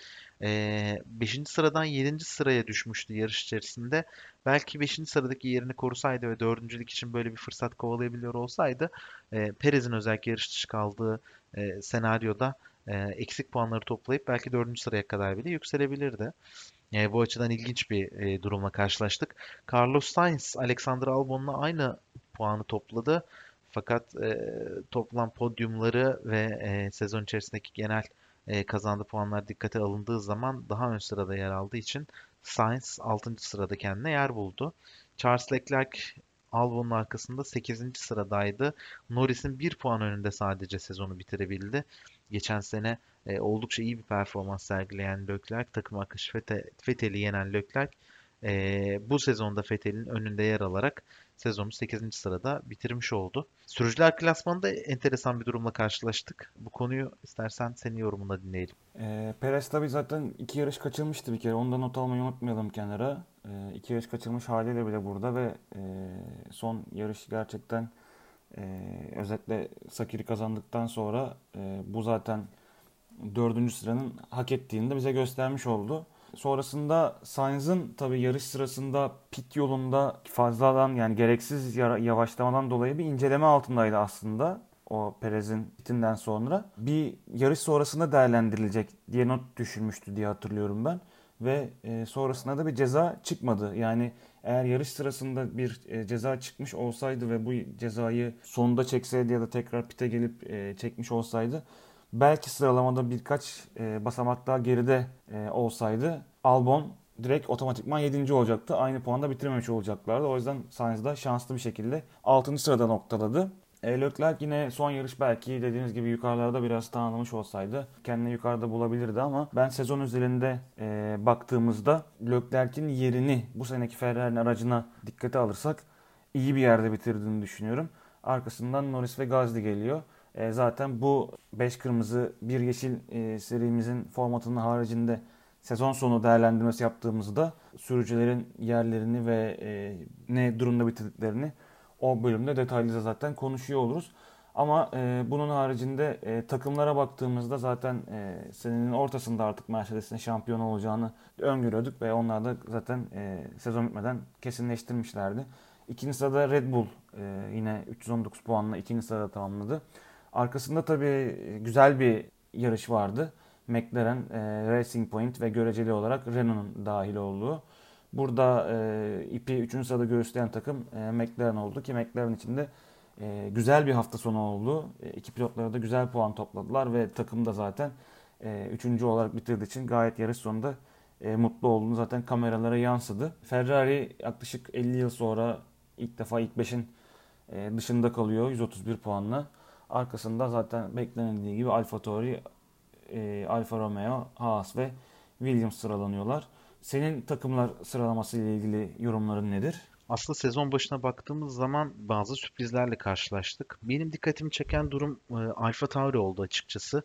5. sıradan yedinci sıraya düşmüştü yarış içerisinde. Belki beşinci sıradaki yerini korusaydı ve dördüncülük için böyle bir fırsat kovalayabiliyor olsaydı Perez'in özellikle yarış dışı kaldığı senaryoda eksik puanları toplayıp belki dördüncü sıraya kadar bile yükselebilirdi. Bu açıdan ilginç bir durumla karşılaştık. Carlos Sainz, Alexander Albon'la aynı puanı topladı. Fakat toplam podyumları ve sezon içerisindeki genel kazandığı puanlar dikkate alındığı zaman daha ön sırada yer aldığı için Sainz 6. sırada kendine yer buldu. Charles Leclerc Albon'un arkasında 8. sıradaydı. Norris'in bir puan önünde sadece sezonu bitirebildi. Geçen sene oldukça iyi bir performans sergileyen Leclerc, takım arkadaşı Vettel'i yenen Leclerc, bu sezonda Vettel'in önünde yer alarak sezonu 8. sırada bitirmiş oldu. Sürücüler klasmanında enteresan bir durumla karşılaştık. Bu konuyu istersen senin yorumuna dinleyelim. Perez tabii zaten 2 yarış kaçırmıştı bir kere. Ondan not almayı unutmayalım kenara. 2 yarış kaçırmış haliyle bile burada ve son yarış gerçekten özetle Sakir'i kazandıktan sonra bu zaten dördüncü sıranın hak ettiğini de bize göstermiş oldu. Sonrasında Sainz'ın tabii yarış sırasında pit yolunda fazladan yani gereksiz yavaşlamadan dolayı bir inceleme altındaydı aslında. O Perez'in pitinden sonra. Bir yarış sonrasında değerlendirilecek diye not düşürmüştü diye hatırlıyorum ben. Ve sonrasında da bir ceza çıkmadı. Yani eğer yarış sırasında bir ceza çıkmış olsaydı ve bu cezayı sonunda çekseydi ya da tekrar pite gelip çekmiş olsaydı belki sıralamada birkaç basamak daha geride olsaydı Albon direkt otomatikman 7. olacaktı. Aynı puanda bitirmemiş olacaklardı. O yüzden Sainz da şanslı bir şekilde 6. sırada noktaladı. Leclerc yine son yarış belki dediğiniz gibi yukarılarda biraz tanımlamış olsaydı kendini yukarıda bulabilirdi ama ben sezon üzerinde baktığımızda Leclerc'in yerini bu seneki Ferrari'nin aracına dikkate alırsak iyi bir yerde bitirdiğini düşünüyorum. Arkasından Norris ve Gasly geliyor. Zaten bu 5 kırmızı 1 yeşil serimizin formatının haricinde sezon sonu değerlendirmesi yaptığımızda sürücülerin yerlerini ve ne durumda bitirdiklerini o bölümde detaylıca zaten konuşuyor oluruz. Ama bunun haricinde takımlara baktığımızda zaten senenin ortasında artık Mercedes'in şampiyon olacağını öngörüyorduk ve onlar da zaten sezon bitmeden kesinleştirmişlerdi. İkinci sırada Red Bull yine 319 puanla ikinci sırada tamamladı. Arkasında tabii güzel bir yarış vardı. McLaren, Racing Point ve göreceli olarak Renault'un dahil olduğu. Burada ipi 3. sırada göğüsleyen takım McLaren oldu ki McLaren için de güzel bir hafta sonu oldu. İki pilotlara da güzel puan topladılar ve takım da zaten 3. olarak bitirdiği için gayet yarış sonunda mutlu olduğunu zaten kameralara yansıdı. Ferrari yaklaşık 50 yıl sonra ilk defa ilk 5'in dışında kalıyor 131 puanla. Arkasında zaten beklenildiği gibi AlphaTauri, Alfa Romeo, Haas ve Williams sıralanıyorlar. Senin takımlar sıralaması ile ilgili yorumların nedir? Aslında sezon başına baktığımız zaman bazı sürprizlerle karşılaştık. Benim dikkatimi çeken durum AlphaTauri oldu açıkçası.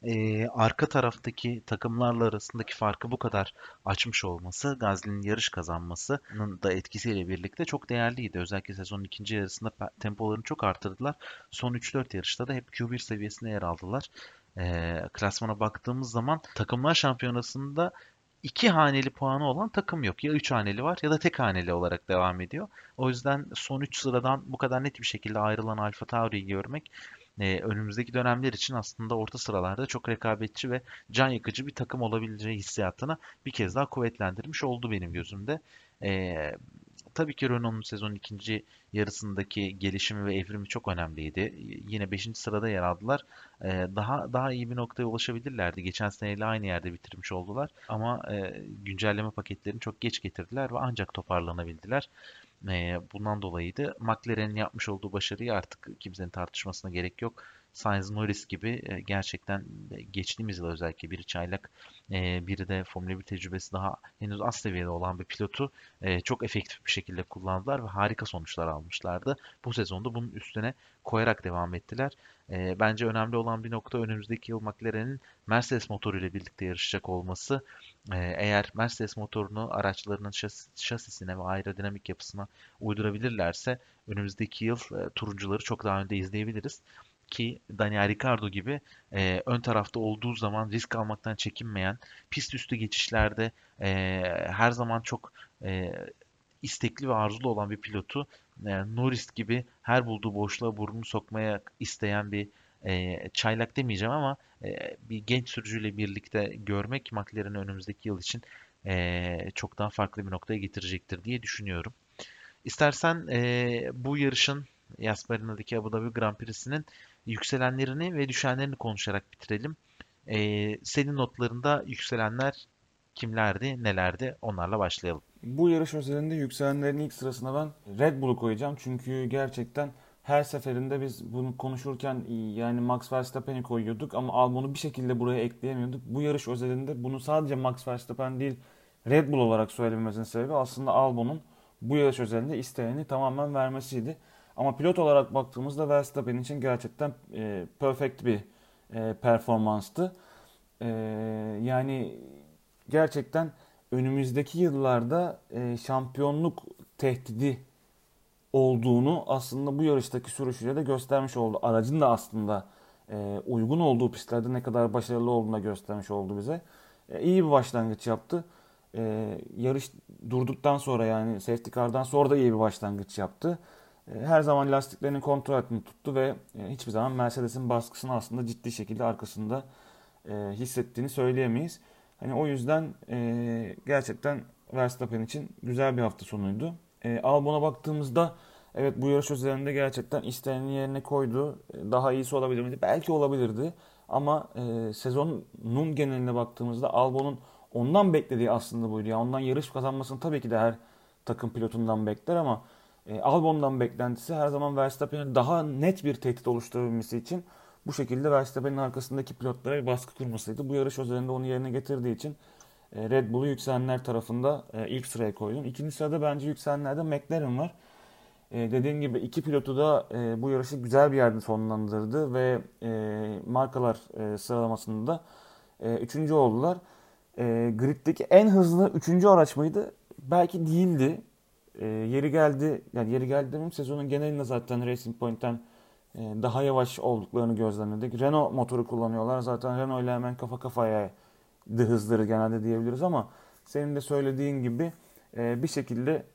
Arka taraftaki takımlarla arasındaki farkı bu kadar açmış olması, Gasly'nin yarış kazanmasının da etkisiyle birlikte çok değerliydi. Özellikle sezonun ikinci yarısında tempolarını çok arttırdılar. Son 3-4 yarışta da hep Q1 seviyesine yer aldılar. Klasmana baktığımız zaman takımlar şampiyonasında 2 haneli puanı olan takım yok. Ya 3 haneli var ya da tek haneli olarak devam ediyor. O yüzden son 3 sıradan bu kadar net bir şekilde ayrılan AlphaTauri'yi görmek önümüzdeki dönemler için aslında orta sıralarda çok rekabetçi ve can yakıcı bir takım olabileceği hissiyatını bir kez daha kuvvetlendirmiş oldu benim gözümde. E, tabii ki Renault'un sezonun ikinci yarısındaki gelişimi ve evrimi çok önemliydi. Yine beşinci sırada yer aldılar. Daha iyi bir noktaya ulaşabilirlerdi. Geçen seneyle aynı yerde bitirmiş oldular. Ama güncelleme paketlerini çok geç getirdiler ve ancak toparlanabildiler. Bundan dolayıydı. McLaren'in yapmış olduğu başarıyı artık kimsenin tartışmasına gerek yok. Sainz, Norris gibi gerçekten geçtiğimiz yıl özellikle biri çaylak, biri de Formula 1 tecrübesi daha henüz az seviyede olan bir pilotu çok efektif bir şekilde kullandılar ve harika sonuçlar almışlardı. Bu sezonda bunun üstüne koyarak devam ettiler. Bence önemli olan bir nokta önümüzdeki yıl McLaren'in Mercedes motoruyla birlikte yarışacak olması. Eğer Mercedes motorunu araçlarının şasisine ve aerodinamik yapısına uydurabilirlerse önümüzdeki yıl turuncuları çok daha önde izleyebiliriz. Ki Daniel Ricciardo gibi ön tarafta olduğu zaman risk almaktan çekinmeyen, pist üstü geçişlerde her zaman çok e, istekli ve arzulu olan bir pilotu Norris gibi her bulduğu boşluğa burnunu sokmaya isteyen bir çaylak demeyeceğim ama bir genç sürücüyle birlikte görmek McLaren'i önümüzdeki yıl için çok daha farklı bir noktaya getirecektir diye düşünüyorum. İstersen bu yarışın Yas Marina'daki Abu Dhabi Grand Prix'sinin yükselenlerini ve düşenlerini konuşarak bitirelim. Senin notlarında yükselenler kimlerdi, nelerdi? Onlarla başlayalım. Bu yarış özelinde yükselenlerin ilk sırasına ben Red Bull'u koyacağım. Çünkü gerçekten her seferinde biz bunu konuşurken yani Max Verstappen'i koyuyorduk ama Albon'u bir şekilde buraya ekleyemiyorduk. Bu yarış özelinde bunu sadece Max Verstappen değil Red Bull olarak söylememizin sebebi aslında Albon'un bu yarış özelinde isteğini tamamen vermesiydi. Ama pilot olarak baktığımızda Verstappen için gerçekten perfect bir performanstı. E, Yani gerçekten önümüzdeki yıllarda şampiyonluk tehdidi olduğunu aslında bu yarıştaki sürüşüyle de göstermiş oldu. Aracın da aslında uygun olduğu pistlerde ne kadar başarılı olduğunu da göstermiş oldu bize. İyi bir başlangıç yaptı. Yarış durduktan sonra yani safety car'dan sonra da iyi bir başlangıç yaptı. Her zaman lastiklerini kontrol ettiğini tuttu ve hiçbir zaman Mercedes'in baskısını aslında ciddi şekilde arkasında hissettiğini söyleyemeyiz. Hani o yüzden gerçekten Verstappen için güzel bir hafta sonuydu. Albon'a baktığımızda evet bu yarış üzerinde gerçekten isteneni yerine koydu. Daha iyisi olabilir miydi? Belki olabilirdi. Ama sezonun geneline baktığımızda Albon'un ondan beklediği aslında buydu. Yani ondan yarış kazanmasını tabii ki de her takım pilotundan bekler ama Albon'dan beklentisi her zaman Verstappen'e daha net bir tehdit oluşturabilmesi için bu şekilde Verstappen'in arkasındaki pilotlara bir baskı kurmasıydı. Bu yarış üzerinde onu yerine getirdiği için Red Bull'u yükselenler tarafında ilk sıraya koydum. İkinci sırada bence yükselenlerde McLaren var. Dediğim gibi iki pilotu da bu yarışı güzel bir yerde sonlandırdı ve markalar sıralamasında da üçüncü oldular. Griddeki en hızlı üçüncü araç mıydı? Belki değildi. Yeri geldi, yani yeri geldi demeyeyim, sezonun genelinde zaten Racing Point'ten daha yavaş olduklarını gözlemledik. Renault motoru kullanıyorlar. Zaten Renault ile hemen kafa kafaya hızları genelde diyebiliriz ama senin de söylediğin gibi bir şekilde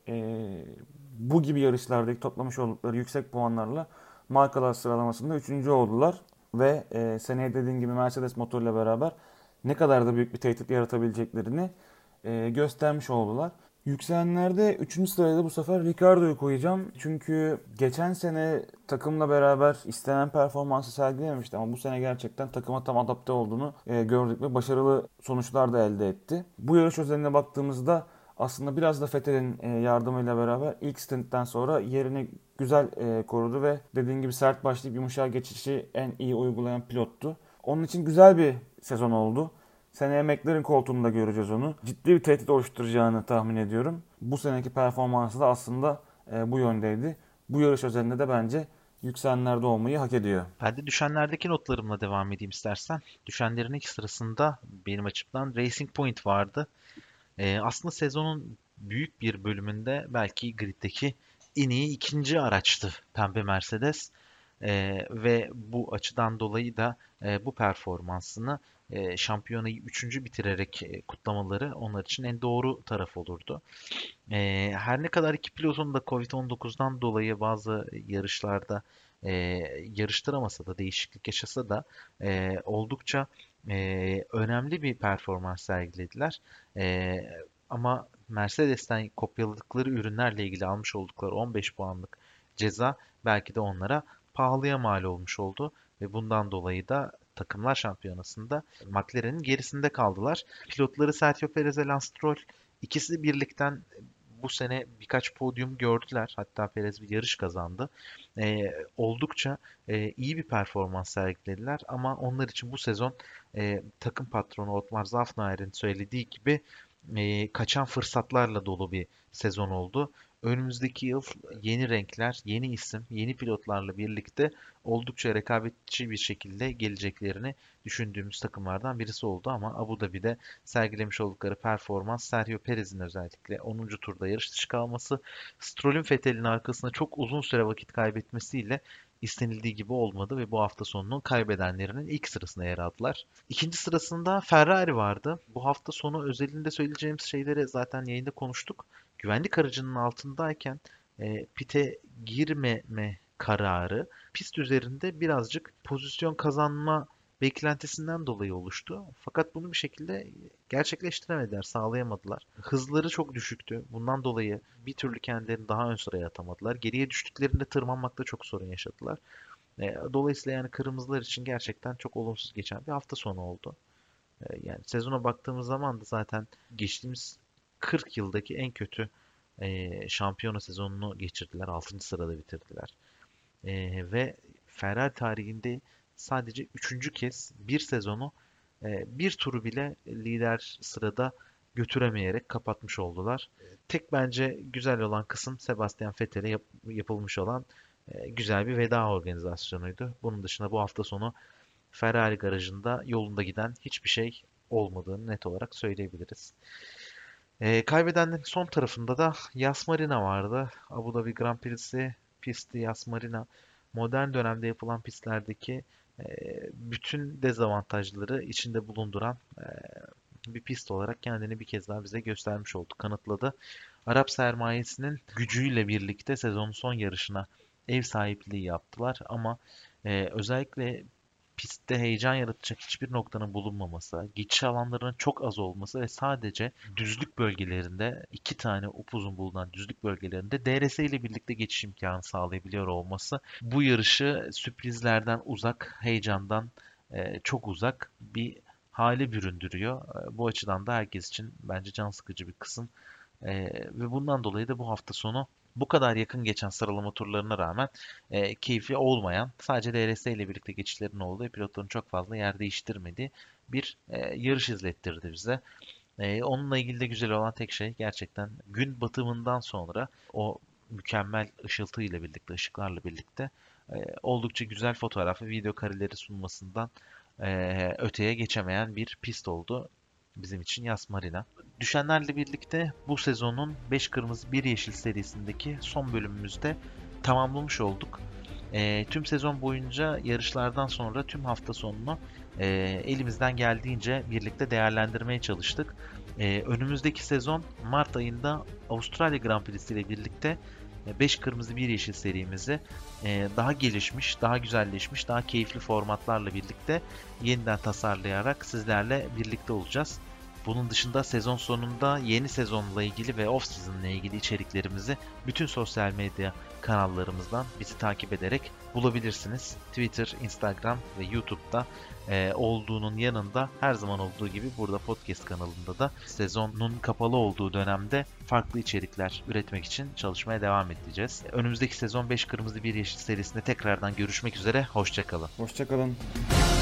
bu gibi yarışlardaki toplamış oldukları yüksek puanlarla markalar sıralamasında üçüncü oldular ve seneye dediğin gibi Mercedes motoruyla beraber ne kadar da büyük bir tehdit yaratabileceklerini göstermiş oldular. Yükselenlerde 3. sıraya da bu sefer Ricciardo'yu koyacağım. Çünkü geçen sene takımla beraber istenen performansı sergilememişti ama bu sene gerçekten takıma tam adapte olduğunu gördük ve başarılı sonuçlar da elde etti. Bu yarış özeline baktığımızda aslında biraz da Vettel'in yardımıyla beraber ilk stintten sonra yerini güzel korudu ve dediğim gibi sert başlayıp yumuşağa geçişi en iyi uygulayan pilottu. Onun için güzel bir sezon oldu. Seneye McLaren koltuğunda göreceğiz onu. Ciddi bir tehdit oluşturacağını tahmin ediyorum. Bu seneki performansı da aslında bu yöndeydi. Bu yarış özelinde de bence yükselenlerde olmayı hak ediyor. Ben de düşenlerdeki notlarımla devam edeyim istersen. Düşenlerin ilk sırasında benim açımdan Racing Point vardı. Aslında sezonun büyük bir bölümünde belki griddeki en iyi ikinci araçtı Pembe Mercedes. Ve bu açıdan dolayı da bu performansını şampiyonayı üçüncü bitirerek kutlamaları onlar için en doğru taraf olurdu. Her ne kadar iki pilotun da Covid-19'dan dolayı bazı yarışlarda e, yarıştıramasa da değişiklik yaşasa da oldukça önemli bir performans sergilediler. Ama Mercedes'ten kopyaladıkları ürünlerle ilgili almış oldukları 15 puanlık ceza belki de onlara pahalıya mal olmuş oldu ve bundan dolayı da Takımlar Şampiyonası'nda McLaren'in gerisinde kaldılar. Pilotları Sergio Perez ve Lance Stroll ikisi birlikten bu sene birkaç podyum gördüler. Hatta Perez bir yarış kazandı. Oldukça iyi bir performans sergilediler ama onlar için bu sezon takım patronu Otmar Szafnauer'in söylediği gibi kaçan fırsatlarla dolu bir sezon oldu. Önümüzdeki yıl yeni renkler, yeni isim, yeni pilotlarla birlikte oldukça rekabetçi bir şekilde geleceklerini düşündüğümüz takımlardan birisi oldu ama Abu Dhabi'de sergilemiş oldukları performans, Sergio Perez'in özellikle 10. turda yarış dışı kalması, Stroll'ün Vettel'in arkasında çok uzun süre vakit kaybetmesiyle istenildiği gibi olmadı ve bu hafta sonunun kaybedenlerinin ilk sırasına yer aldılar. İkinci sırasında Ferrari vardı. Bu hafta sonu özelinde söyleyeceğimiz şeyleri zaten yayında konuştuk. Güvenlik aracının altındayken pite girmeme kararı pist üzerinde birazcık pozisyon kazanma beklentisinden dolayı oluştu. Fakat bunu bir şekilde gerçekleştiremediler, sağlayamadılar. Hızları çok düşüktü. Bundan dolayı bir türlü kendilerini daha ön sıraya atamadılar. Geriye düştüklerinde tırmanmakta çok sorun yaşadılar. Dolayısıyla yani kırmızılar için gerçekten çok olumsuz geçen bir hafta sonu oldu. Yani sezona baktığımız zaman da zaten geçtiğimiz 40 yıldaki en kötü şampiyona sezonunu geçirdiler. 6. sırada bitirdiler. Ve Ferrari tarihinde sadece 3. kez bir sezonu bir turu bile lider sırada götüremeyerek kapatmış oldular. Tek bence güzel olan kısım Sebastian Vettel'e yapılmış olan güzel bir veda organizasyonuydu. Bunun dışında bu hafta sonu Ferrari garajında yolunda giden hiçbir şey olmadığını net olarak söyleyebiliriz. Kaybedenlerin son tarafında da Yas Marina vardı. Abu Dhabi Grand Prix'si pisti Yas Marina. Modern dönemde yapılan pistlerdeki bütün dezavantajları içinde bulunduran bir pist olarak kendini bir kez daha bize göstermiş oldu, kanıtladı. Arap sermayesinin gücüyle birlikte sezonun son yarışına ev sahipliği yaptılar ama özellikle pistte heyecan yaratacak hiçbir noktanın bulunmaması, geçiş alanlarının çok az olması ve sadece düzlük bölgelerinde 2 tane upuzun bulunan düzlük bölgelerinde DRS ile birlikte geçiş imkanı sağlayabiliyor olması bu yarışı sürprizlerden uzak, heyecandan çok uzak bir hale büründürüyor. Bu açıdan da herkes için bence can sıkıcı bir kısım. Ve bundan dolayı da bu hafta sonu bu kadar yakın geçen sıralama turlarına rağmen keyifli olmayan, sadece DRS ile birlikte geçişlerin olduğu ve pilotların çok fazla yer değiştirmediği bir yarış izlettirdi bize. Onunla ilgili de güzel olan tek şey gerçekten gün batımından sonra o mükemmel ışıltıyla birlikte, ışıklarla birlikte oldukça güzel fotoğraf ve video kareleri sunmasından öteye geçemeyen bir pist oldu bizim için Yas Marina. Düşenlerle birlikte bu sezonun 5 kırmızı 1 yeşil serisindeki son bölümümüzde tamamlamış olduk. Tüm sezon boyunca yarışlardan sonra tüm hafta sonunu elimizden geldiğince birlikte değerlendirmeye çalıştık. Önümüzdeki sezon Mart ayında Avustralya Grand Prix'si ile birlikte 5 kırmızı 1 yeşil serimizi daha gelişmiş, daha güzelleşmiş, daha keyifli formatlarla birlikte yeniden tasarlayarak sizlerle birlikte olacağız. Bunun dışında sezon sonunda yeni sezonla ilgili ve off-season ile ilgili içeriklerimizi bütün sosyal medya kanallarımızdan bizi takip ederek bulabilirsiniz. Twitter, Instagram ve YouTube'da olduğunun yanında her zaman olduğu gibi burada podcast kanalında da sezonun kapalı olduğu dönemde farklı içerikler üretmek için çalışmaya devam edeceğiz. Önümüzdeki sezon 5 kırmızı 1 yeşil serisinde tekrardan görüşmek üzere. Hoşça kalın. Hoşça kalın.